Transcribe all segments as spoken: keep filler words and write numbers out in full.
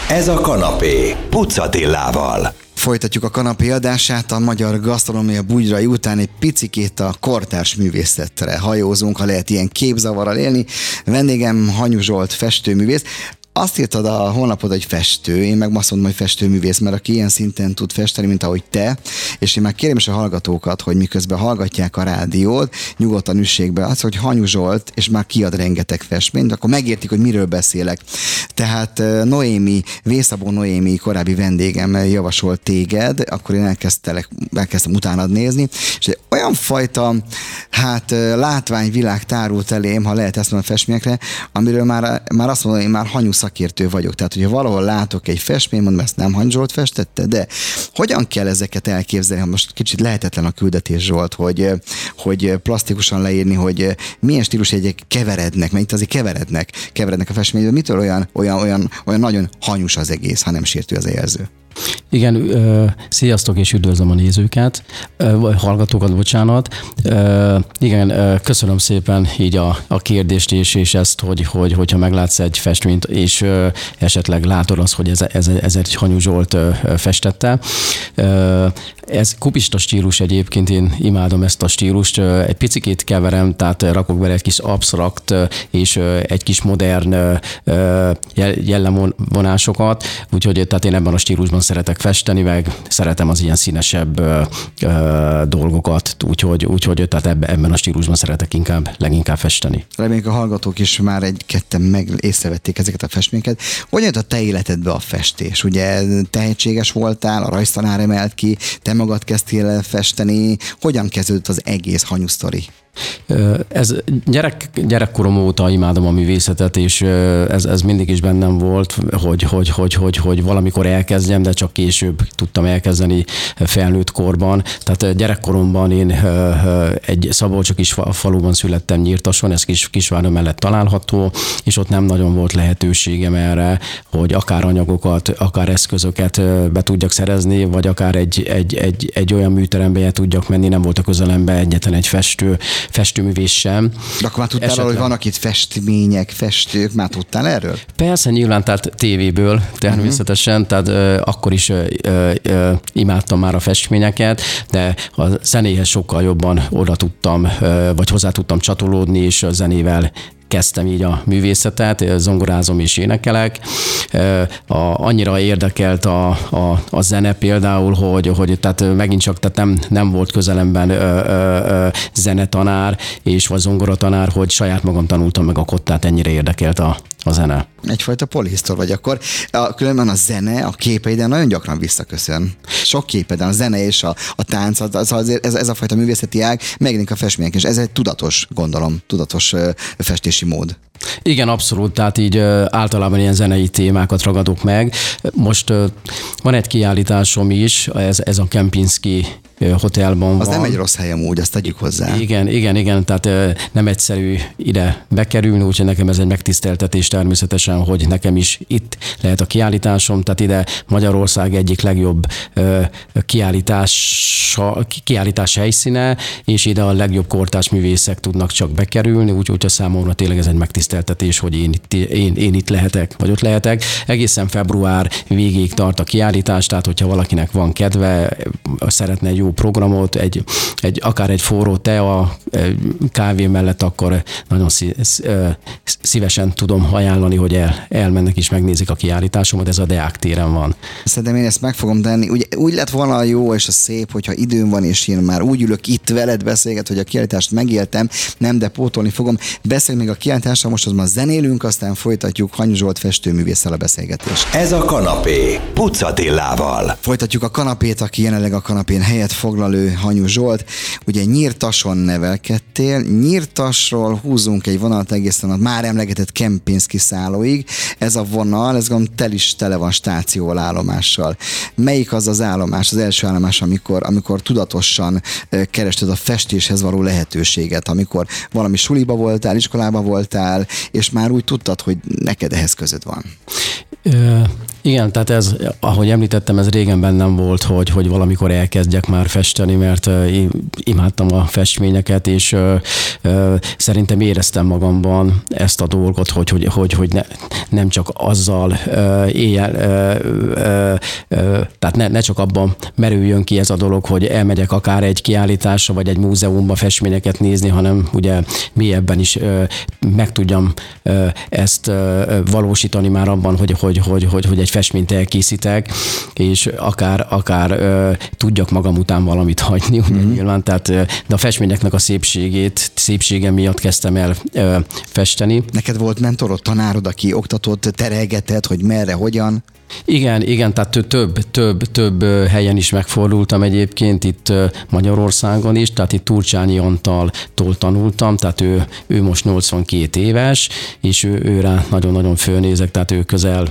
Ez a kanapé Puc Attilával. Folytatjuk a kanapé adását, a magyar gasztronómia bugyrai után egy picikét a kortárs művészetre hajózunk, ha lehet ilyen képzavarral élni. Vendégem Hanyu Zsolt, festőművész. Azt írtad a honlapod, hogy festő, én meg azt mondom, hogy festőművész, mert aki ilyen szinten tud festeni, mint ahogy te, és én már kérem is a hallgatókat, hogy miközben hallgatják a rádiót, nyugodtan üssék be az, hogy Hanyu Zsolt, és már kiad rengeteg festményt, akkor megértik, hogy miről beszélek. Tehát Noémi, Vészabó Noémi korábbi vendégem javasolt téged, akkor én elkezdtelek, elkezdtem utánad nézni, és olyan fajta, hát látványvilág tárult elém, ha lehet ezt mondani a festményekre, amiről már, már azt mondom, én már Hanyu szakértő vagyok. Tehát, hogyha valahol látok egy festményt, mondom, ezt nem Hanyu Zsolt festette, de hogyan kell ezeket elképzelni? Most kicsit lehetetlen a küldetés, Zsolt, hogy, hogy plastikusan leírni, hogy milyen stílusjegyek keverednek, mert itt azért keverednek, keverednek a festmények, mitől olyan, olyan, olyan, olyan nagyon hanyus az egész, ha nem sértő az jelző? Igen, ö, sziasztok, és üdvözlöm a nézőket, ö, hallgatókat, bocsánat. Ö, igen, ö, köszönöm szépen így a, a kérdést, és, és ezt, hogy, hogy, hogyha meglátsz egy festményt, és ö, esetleg látod azt, hogy ez, ez, ez egy Hanyu Zsolt ö, festette. Ö, ez kubista stílus egyébként, én imádom ezt a stílust. Ö, egy picikét keverem, tehát rakok bele egy kis absztrakt és ö, egy kis modern ö, jellemvonásokat, úgyhogy tehát én ebben a stílusban szeretek festeni, meg szeretem az ilyen színesebb ö, ö, dolgokat, úgyhogy, úgyhogy tehát ebben a stílusban szeretek inkább, leginkább festeni. Reméljük a hallgatók is már egy-ketten meg észrevették ezeket a festményeket. Hogyan jött a te életedbe a festés? Ugye tehetséges voltál, a rajztanár emelt ki, te magad kezdtél el festeni. Hogyan kezdődött az egész Hanyu sztori? Ez gyerek, gyerekkorom óta imádom a művészetet, és ez, ez mindig is bennem volt, hogy, hogy, hogy, hogy, hogy valamikor elkezdjem, de csak később tudtam elkezdeni felnőtt korban. Tehát gyerekkoromban én egy Szabolcsi kis faluban születtem, Nyírtason, ez kis, Kisvárda mellett található, és ott nem nagyon volt lehetőségem erre, hogy akár anyagokat, akár eszközöket be tudjak szerezni, vagy akár egy, egy, egy, egy olyan műterembe el tudjak menni, nem volt a közelemben egyetlen egy festő, festőművész sem. De akkor már tudtál arról, hogy vannak itt festmények, festők, már tudtál erről? Persze, nyilván, tehát tévéből természetesen, uh-huh. tehát uh, akkor is uh, uh, imádtam már a festményeket, de a zenéhez sokkal jobban oda tudtam, uh, vagy hozzá tudtam csatolódni, és a zenével kezdtem így a művészetet, zongorázom és énekelek. A, annyira érdekelt a, a, a zene például, hogy, hogy tehát megint csak tehát nem, nem volt közelemben ö, ö, ö, zenetanár és vagy zongoratanár, hogy saját magam tanultam meg a kottát, ennyire érdekelt a, a zene. Egyfajta polihisztor vagy akkor. A, különben a zene a képeiden nagyon gyakran visszaköszön. Sok képeden a zene és a, a tánc, az, az, ez, ez a fajta művészeti ág, megjelenik a festmények, és ez egy tudatos, gondolom, tudatos festési mód. Igen, abszolút, tehát így általában ilyen zenei témákat ragadok meg. Most van egy kiállításom is, ez, ez a Kempinski hotelban van. Az nem egy rossz hely amúgy, azt tegyük hozzá. Igen, igen, igen, tehát nem egyszerű ide bekerülni, úgyhogy nekem ez egy megtiszteltetés természetesen, hogy nekem is itt lehet a kiállításom, tehát ide Magyarország egyik legjobb kiállítás, kiállítás helyszíne, és ide a legjobb kortárs művészek tudnak csak bekerülni, úgyhogy a számomra tényleg ez egy megtiszteltetés, hogy én itt, én, én itt lehetek, vagy ott lehetek. Egészen február végéig tart a kiállítás, tehát hogyha valakinek van kedve, szeretne egy jó programot, egy, egy, akár egy forró tea, kávé mellett, akkor nagyon szívesen tudom ajánlani, hogy el, elmennek és megnézik a kiállításomat, ez a Deák téren van. Szerintem én ezt meg fogom tenni. Ugye, úgy lett volna jó és a szép, hogyha időm van, és én már úgy ülök itt veled beszélget, hogy a kiállítást megéltem, nem, de pótolni fogom. Beszélünk még a kiállításra, most az már zenélünk, aztán folytatjuk Hanyu Zsolt festőművésszel a beszélgetést. Ez a kanapé Puc Attilával. Folytatjuk a kanapét, aki jelenleg a kanapén helyet foglalő Hanyu Zsolt. Ugye Nyírtason nevelkedtél, Nyírtasról húzunk egy vonalat egészen a már emlegetett Kempinski szállóig. Ez a vonal, ez gondolom tel is tele van stációval, állomással. Melyik az az állomás, az első állomás, amikor, amikor tudatosan kerested a festéshez való lehetőséget, amikor valami suliba voltál, iskolába voltál, és már úgy tudtad, hogy neked ehhez közöd van? Igen, tehát ez, ahogy említettem, ez régen bennem volt, hogy, hogy valamikor elkezdjek már festeni, mert uh, imádtam a festményeket, és uh, uh, szerintem éreztem magamban ezt a dolgot, hogy, hogy, hogy, hogy ne, nem csak azzal uh, éjjel, uh, uh, uh, tehát ne, ne csak abban merüljön ki ez a dolog, hogy elmegyek akár egy kiállításra, vagy egy múzeumba festményeket nézni, hanem ugye mélyebben is uh, meg tudjam uh, ezt uh, valósítani már abban, hogy, hogy, hogy, hogy, hogy egy festményt elkészítek, és akár, akár ö, tudjak magam után valamit hagyni, ugye mm-hmm. nyilván, tehát, ö, de a festményeknek a szépségét, szépsége miatt kezdtem el ö, festeni. Neked volt mentorod, tanárod, aki oktatott, terelgetett, hogy merre, hogyan? Igen, igen, tehát több, több, több helyen is megfordultam egyébként, itt Magyarországon is, tehát itt Turcsányi Antaltól tanultam, tehát ő, ő most nyolcvankét éves, és ő, ő rá nagyon-nagyon fölnézek, tehát ő közel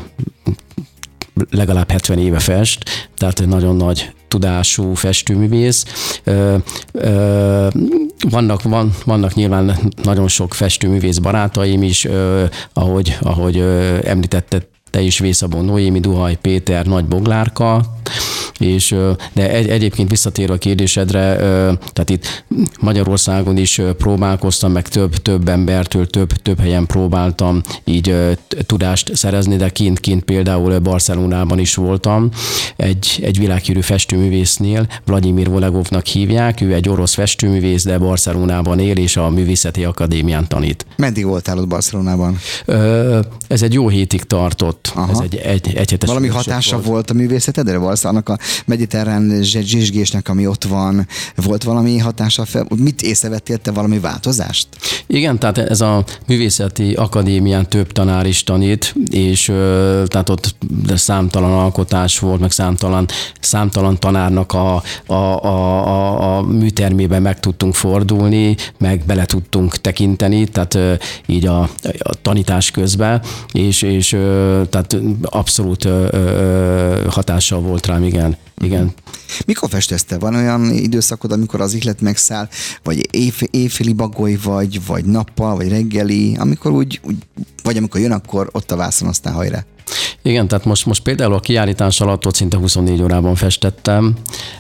legalább hetven éve fest, tehát egy nagyon nagy tudású festőművész. Ö, ö, vannak, van, vannak nyilván nagyon sok festőművész barátaim is, ö, ahogy, ahogy ö, említette te is, Vészabó Noémi, Duhaj Péter, Nagy Boglárka, és, de egy, egyébként visszatérve a kérdésedre, tehát itt Magyarországon is próbálkoztam, meg több, több embertől, több, több helyen próbáltam így tudást szerezni, de kint, kint például Barcelonában is voltam, egy, egy világhírű festőművésznél, Vladimir Volegovnak hívják, ő egy orosz festőművész, de Barcelonában él, és a Művészeti Akadémián tanít. Meddig voltál ott Barcelonában? Ez egy jó hétig tartott. Aha. Ez egy, egy, egy Valami hatása volt. volt a művészetedre? Annak a mediterrán zsizsgésnek, ami ott van, volt valami hatása fel? Mit észrevettél te, valami változást? Igen, tehát ez a Művészeti Akadémián több tanár is tanít, és tehát ott de számtalan alkotás volt, meg számtalan, számtalan tanárnak a, a, a, a, a műtermében meg tudtunk fordulni, meg bele tudtunk tekinteni, tehát így a, a tanítás közben, és, és tehát abszolút hatással volt rám, igen. Igen. Mikor festezte? Van olyan időszakod, amikor az ihlet megszáll, vagy éjf, éjféli bagoly vagy, vagy nappal, vagy reggeli, amikor úgy, úgy vagy amikor jön, akkor ott a vászon, aztán hajrá. Igen, tehát most, most például a kiállítás alatt ott szinte huszonnégy órában festettem,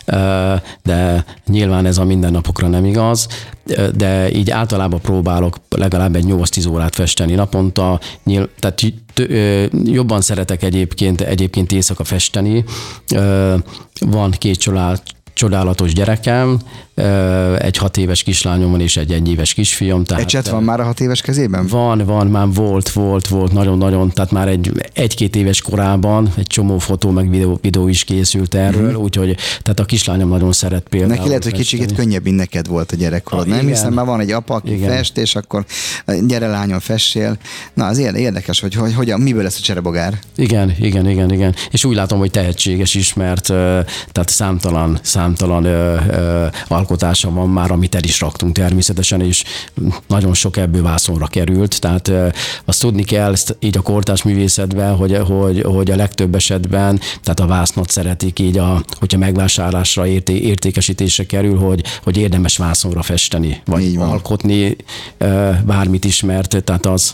de nyilván ez a mindennapokra nem igaz, de így általában próbálok legalább egy nyolc-tíz órát festeni naponta, tehát jobban szeretek egyébként, egyébként éjszaka festeni. Van két család, csodálatos gyerekem, egy hat éves kislányom van és egy egy éves kisfiam. Tehát Ecset van már a hat éves kezében? Van, van, már volt, volt, volt, nagyon-nagyon, tehát már egy, egy-két éves korában egy csomó fotó meg videó, videó is készült erről, mm-hmm. úgyhogy tehát a kislányom nagyon szeret például. Neki lehet, hogy kicsit könnyebb, mint neked volt a gyerekkorod, ah, nem? Igen. Hiszen már van egy apa, aki igen. fest, és akkor gyere lányom, fessél. Na, az érdekes, hogy, hogy hogyan, miből lesz a cserebogár. Igen, igen, igen, igen. És úgy látom, hogy tehetséges is, mert tehát számtalan, számtalan ö, ö, alkotása van már, amit el is raktunk természetesen, és nagyon sok ebből vászonra került. Tehát azt tudni kell így a kortárs művészetben, hogy, hogy, hogy a legtöbb esetben, tehát a vásznat szeretik így, a, hogyha megvásárlásra, érté, értékesítésre kerül, hogy, hogy érdemes vászonra festeni, vagy alkotni bármit is, mert tehát az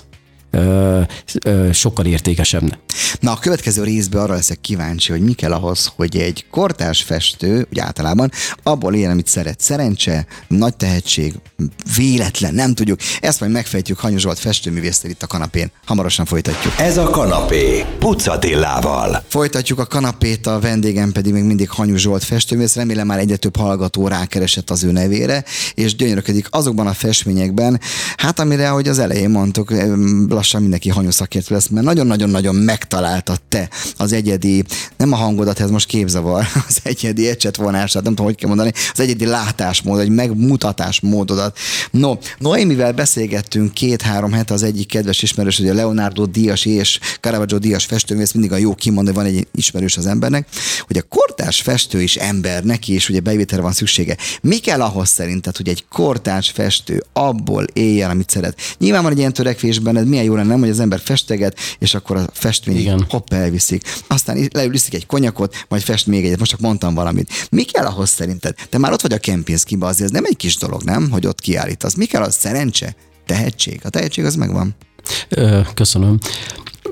Ö, ö, sokkal értékesebb. Na, a következő részben arra leszek kíváncsi, hogy mi kell ahhoz, hogy egy kortárs festő, úgy általában, abból éljen, amit szeret. Szerencse, nagy tehetség, véletlen, nem tudjuk. Ezt majd megfejtjük Hanyos Zsolt festőművésztel itt a kanapén. Hamarosan folytatjuk. Ez a kanapé Puc Attilával. Folytatjuk a kanapét, a vendégem pedig még mindig Hanyos Zsolt festőművész. Remélem már egyre több hallgató rákeresett az ő nevére, és gyönyörködik azokban a festményekben, hát amire, ahogy az elején mondtuk, lassan mindenki Hanyos szakértő lesz, mert nagyon-nagyon-nagyon megtaláltad te az egyedi, nem a hangodat, ez most képzavar, az egyedi ecsetvonását, nem tudom, hogy kell mondani, az egyedi látásmód, egy megmutatásmódodat. No, Noémivel beszélgettünk két-három hete, az egyik kedves ismerős, hogy a Leonardo Díjas és Caravaggio Díjas festőművész, mindig a jó kimondani, van egy ismerős az embernek, hogy a kortárs festő is ember, neki is ugye bevételre van szüksége. Mi kell ahhoz szerinted, hogy egy kortárs festő abból éljen, amit szeret? Nyilván van egy ilyen törekvésben, ez milyen jó lenne, nem, hogy az ember festeget, és akkor a festmény hopp elviszik. Aztán leül iszik egy konyakot, majd fest még egyet. Most csak mondtam valamit. Mi kell ahhoz szerinted? Te már ott vagy a Kempinskiben, azért ez nem egy kis dolog, nem? Hogy ott kiállítasz. Mi kell az? Szerencse? Tehetség? A tehetség az megvan. Köszönöm.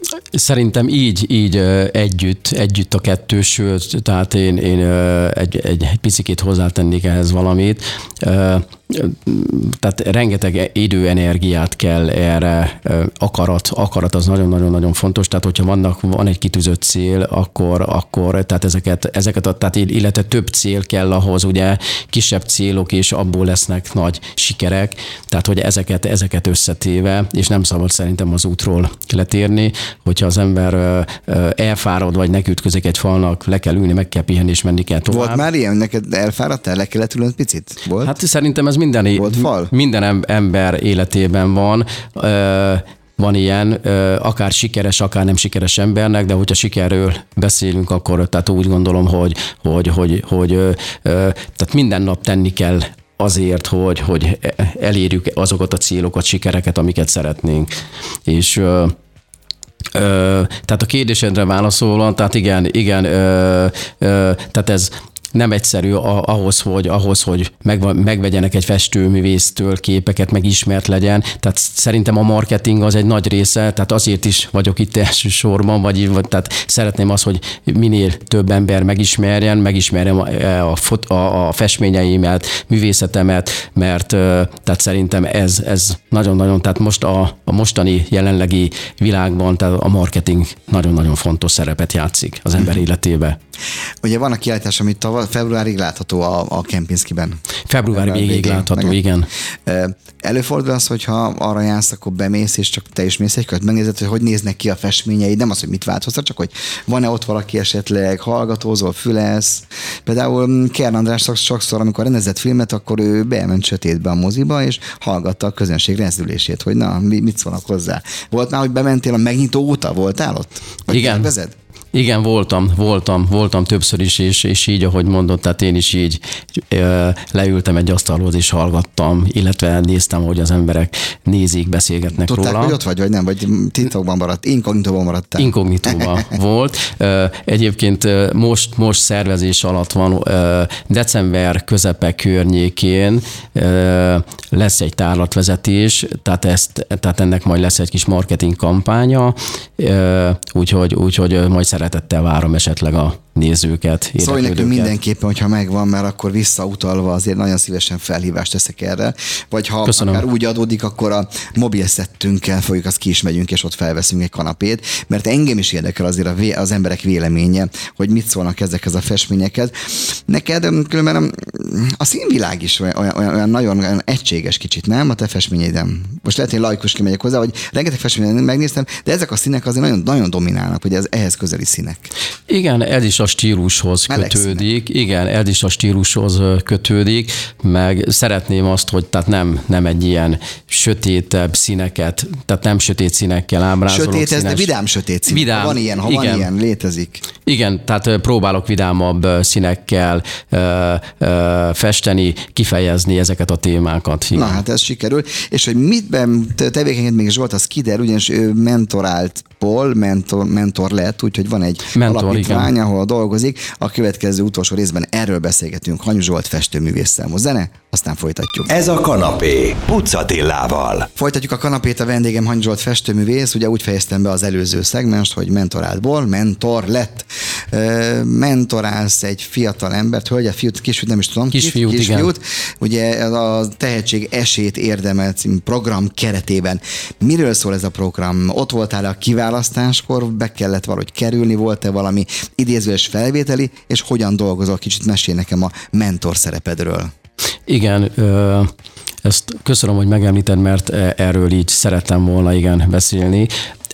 Szerintem így, így együtt, együtt a kettő, sőt, tehát én, én egy, egy picikét hozzátennék ehhez valamit. Tehát rengeteg idő, energiát kell erre, akarat, akarat az nagyon-nagyon-nagyon fontos, tehát hogyha vannak, van egy kitűzött cél, akkor, akkor tehát ezeket, ezeket, tehát illetve több cél kell ahhoz, ugye kisebb célok, és abból lesznek nagy sikerek, tehát hogy ezeket, ezeket összetéve, és nem szabad szerintem az útról letérni, hogyha az ember elfárad, vagy nekütközik egy falnak, le kell ülni, meg kell pihenni, és menni kell tovább. Volt már ilyen, neked elfáradtál, le kellett ülnöd picit? Volt? Hát szerintem ez minden, Volt fal? minden ember életében van. Van ilyen, akár sikeres, akár nem sikeres embernek, de hogyha sikerről beszélünk, akkor tehát úgy gondolom, hogy, hogy, hogy, hogy tehát minden nap tenni kell azért, hogy, hogy elérjük azokat a célokat, sikereket, amiket szeretnénk. És tehát a kérdésedre válaszolva, tehát igen, igen, tehát ez nem egyszerű ahhoz, hogy, ahhoz, hogy meg, megvegyenek egy festőművésztől képeket, meg ismert legyen. Tehát szerintem a marketing az egy nagy része, tehát azért is vagyok itt elsősorban, vagy, vagy tehát szeretném azt, hogy minél több ember megismerjen, megismerjem a, a, a, a festményeimet, művészetemet, mert tehát szerintem ez, ez nagyon-nagyon, tehát most a, a mostani jelenlegi világban tehát a marketing nagyon-nagyon fontos szerepet játszik az ember életébe. Ugye van a kiállítás, amit tavaly februárig látható a, a Kempinskiben. Február végéig látható, meg. Igen. Előfordul az, hogyha arra jársz, akkor bemész, és csak te is mész egy költ, megnézed, hogy hogy néznek ki a festményeid, nem az, hogy mit változtat, csak hogy van-e ott valaki esetleg, hallgatózol, fülelsz. Például Kern András sokszor, amikor rendezett filmet, akkor ő beement sötétbe a moziba, és hallgatta a közönség rezdülését, hogy na, mit szólnak hozzá. Volt már, hogy bementél a megnyitó óta, voltál ott? Vagy igen. Tervezed? Igen, voltam, voltam, voltam többször is, és, és így, ahogy mondott, tehát én is így ö, leültem egy asztalhoz, és hallgattam, illetve néztem, hogy az emberek nézik, beszélgetnek Tudták, róla. Tudták, hogy ott vagy, vagy nem, vagy titokban maradt, inkognitóban maradtál? Inkognitóban volt. Egyébként most, most szervezés alatt van, december közepe környékén lesz egy tárlatvezetés, tehát, ezt, tehát ennek majd lesz egy kis marketing kampánya, úgyhogy, úgyhogy majd szeretettel várom esetleg a nézőket, érdeklődőket. Szóval nekünk mindenképpen, hogyha megvan, mert akkor visszautalva azért nagyon szívesen felhívást teszek erre, vagy ha Köszönöm. Akár úgy adódik, akkor a mobil szettünkkel fogjuk, azt ki is megyünk, és ott felveszünk egy kanapét, mert engem is érdekel azért az emberek véleménye, hogy mit szólnak ezekhez a festményekhez. Neked különben a színvilág is olyan, olyan, olyan nagyon olyan egységes kicsit, nem? A te festményeidem. Most lehet, hogy laikus kimegyek hozzá, hogy rengeteg festményt megnéztem, de ezek a színek azért nagyon, nagyon dominálnak, hogy ez ehhez közeli színek. Igen, ez is a stílushoz kötődik. Igen, ez is a stílushoz kötődik, meg szeretném azt, hogy tehát nem, nem egy ilyen sötétebb színeket, tehát nem sötét színekkel ábrázolok. Sötét, ez de vidám sötét szín. Vidám, ha van ilyen, ha igen. van ilyen, létezik. Igen, tehát próbálok vidámabb színekkel ö, ö, festeni, kifejezni ezeket a témákat. Igen. Na hát ez sikerül. És hogy mitben tevékenyed még Zsolt, az kiderül, ugyanis ő mentorált Paul, mentor, mentor lett, úgyhogy van egy mentor, alapítvány, igen. ahol dolgozik. A következő utolsó részben erről beszélgetünk Hanyú Zsolt festőművésszel. Most zene, aztán folytatjuk. Ez a kanapé Puc Attilával. Folytatjuk a kanapét, a vendégem Hanyú Zsolt festőművész. Ugye úgy fejeztem be az előző szegmenst, hogy mentoráltból mentor lett. Mentorálsz egy fiatal embert, hölgyet, fiút, kisfiút, nem is tudom. Kisfiút, kis, igen. Kisfiút. Ugye a Tehetség Esélyt érdemel című program keretében. Miről szól ez a program? Ott voltál a kiválasztáskor, be kellett valahogy kerülni, volt-e valami idézőes felvételi, és hogyan dolgozol? Kicsit mesélj nekem a mentor szerepedről. Igen, ezt köszönöm, hogy megemlíted, mert erről így szerettem volna igen beszélni.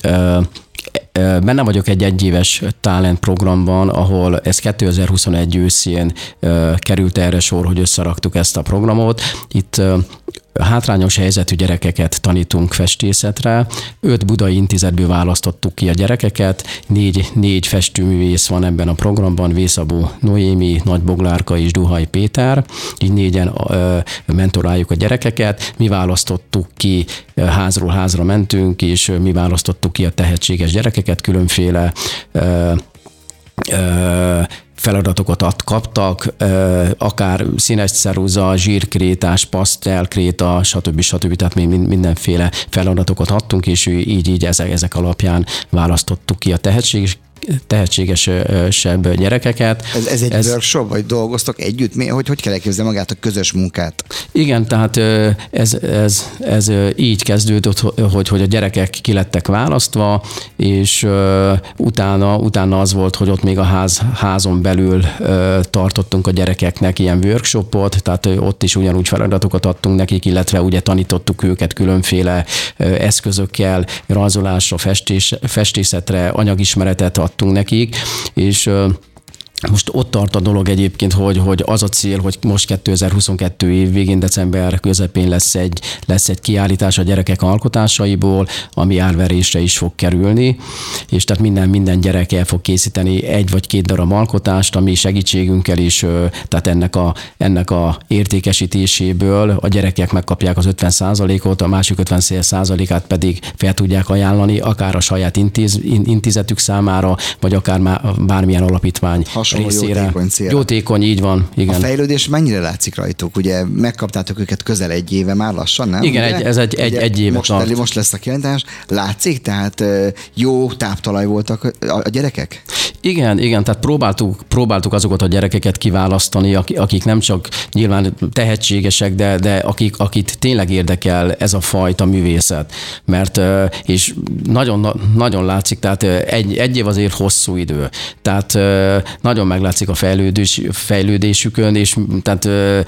Benne vagyok egy egyéves talent programban, ahol ez kétezer-huszonegy őszén került erre sor, hogy összeraktuk ezt a programot. Itt hátrányos helyzetű gyerekeket tanítunk festészetre. Öt budai intézetből választottuk ki a gyerekeket. Négy, négy festőművész van ebben a programban, Vészabó Noémi, Nagy Boglárka és Duhaj Péter. Így négyen mentoráljuk a gyerekeket. Mi választottuk ki, házról házra mentünk, és mi választottuk ki a tehetséges gyerekeket, különféle feladatokat ad, kaptak, akár színes ceruza, zsírkrétás, pasztelkréta, stb. stb. Tehát még mindenféle feladatokat adtunk, és így, így ezek, ezek alapján választottuk ki a tehetséges tehetségesebb gyerekeket. Ez, ez egy ez, workshop, vagy dolgoztok együtt? Mi, hogy, hogy kell elképzelni magát a közös munkát? Igen, tehát ez, ez, ez így kezdődött, hogy, hogy a gyerekek kilettek választva, és utána, utána az volt, hogy ott még a ház, házon belül tartottunk a gyerekeknek ilyen workshopot, tehát ott is ugyanúgy feladatokat adtunk nekik, illetve ugye tanítottuk őket különféle eszközökkel, rajzolásra, festés, festészetre, anyagismeretet adtunk nekik, és most ott tart a dolog egyébként, hogy, hogy az a cél, hogy most kétezer-huszonkettő év végén, december közepén lesz egy, lesz egy kiállítás a gyerekek alkotásaiból, ami árverésre is fog kerülni, és tehát minden, minden gyerek el fog készíteni egy vagy két darab alkotást, ami segítségünkkel is, tehát ennek a, ennek a értékesítéséből a gyerekek megkapják az ötven százalékot, a másik ötven százalékát pedig fel tudják ajánlani, akár a saját intéz, intézetük számára, vagy akár bármilyen alapítvány részére. Jótékony célra. Jótékony, így van. Igen. A fejlődés mennyire látszik rajtuk? Ugye megkaptátok őket közel egy éve már lassan, nem? Igen, egy, ez egy, egy, egy éve most, tart. Most lesz a kiállítás. Látszik? Tehát jó táptalaj voltak a gyerekek? Igen, igen, tehát próbáltuk, próbáltuk azokat a gyerekeket kiválasztani, akik nem csak nyilván tehetségesek, de, de akik, akit tényleg érdekel ez a fajta művészet. Mert és nagyon, nagyon látszik, tehát egy, egy év azért hosszú idő. Tehát nagyon meglátszik a fejlődés, fejlődésükön, és tehát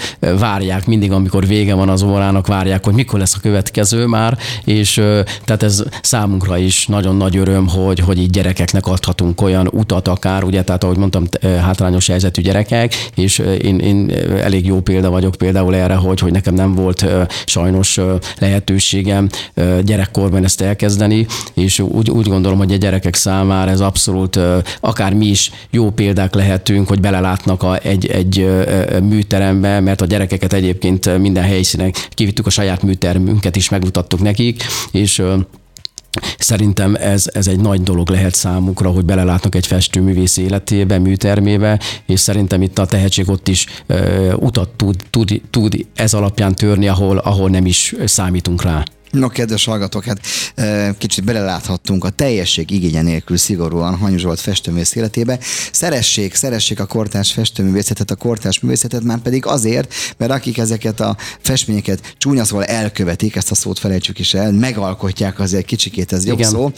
várják mindig, amikor vége van az órának, várják, hogy mikor lesz a következő már, és tehát ez számunkra is nagyon nagy öröm, hogy, hogy így gyerekeknek adhatunk olyan utat akár, ugye, tehát ahogy mondtam, hátrányos helyzetű gyerekek, és én, én elég jó példa vagyok például erre, hogy, hogy nekem nem volt sajnos lehetőségem gyerekkorban ezt elkezdeni, és úgy, úgy gondolom, hogy a gyerekek számára ez abszolút, akár mi is jó példák lehetünk, hogy belelátnak a, egy, egy műterembe, mert a gyerekeket egyébként minden helyszínen kivittük, a saját műtermünket is megmutattuk nekik, és szerintem ez, ez egy nagy dolog lehet számukra, hogy belelátnak egy festőművész életébe, műtermébe, és szerintem itt a tehetség ott is uh, utat tud, tud, tud ez alapján törni, ahol, ahol nem is számítunk rá. No, kedves hallgatók, hát kicsit beleláthattunk a teljesség igénye nélkül szigorúan Hany Zsolt festőművész életébe. Szeressék, szeressék a kortárs festőművészetet, a kortárs művészetet, már pedig azért, mert akik ezeket a festményeket csúnya szóval elkövetik, ezt a szót felejtsük is el, megalkotják azért kicsikét, ez jobb Igen. szó.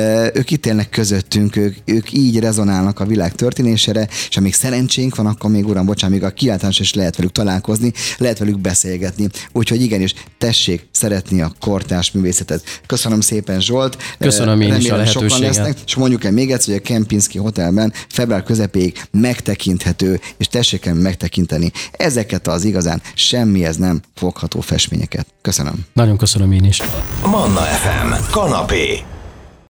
Ők itt élnek közöttünk, ők, ők így rezonálnak a világ történésére, és amíg szerencsénk van, akkor még uram, bocsánat, még a kiáltás is lehet velük találkozni, lehet velük beszélgetni. Úgyhogy igenis, tessék szeretni a kortárs művészetet. Köszönöm szépen, Zsolt. Köszönöm én is a lehetőséget. Lesznek, és mondjuk el még egyszer, hogy a Kempinski Hotelben február közepéig megtekinthető, és tessék el megtekinteni ezeket az igazán semmihez nem fogható festményeket. Köszönöm. Nagyon köszönöm én is. Manna ef em, kanapé.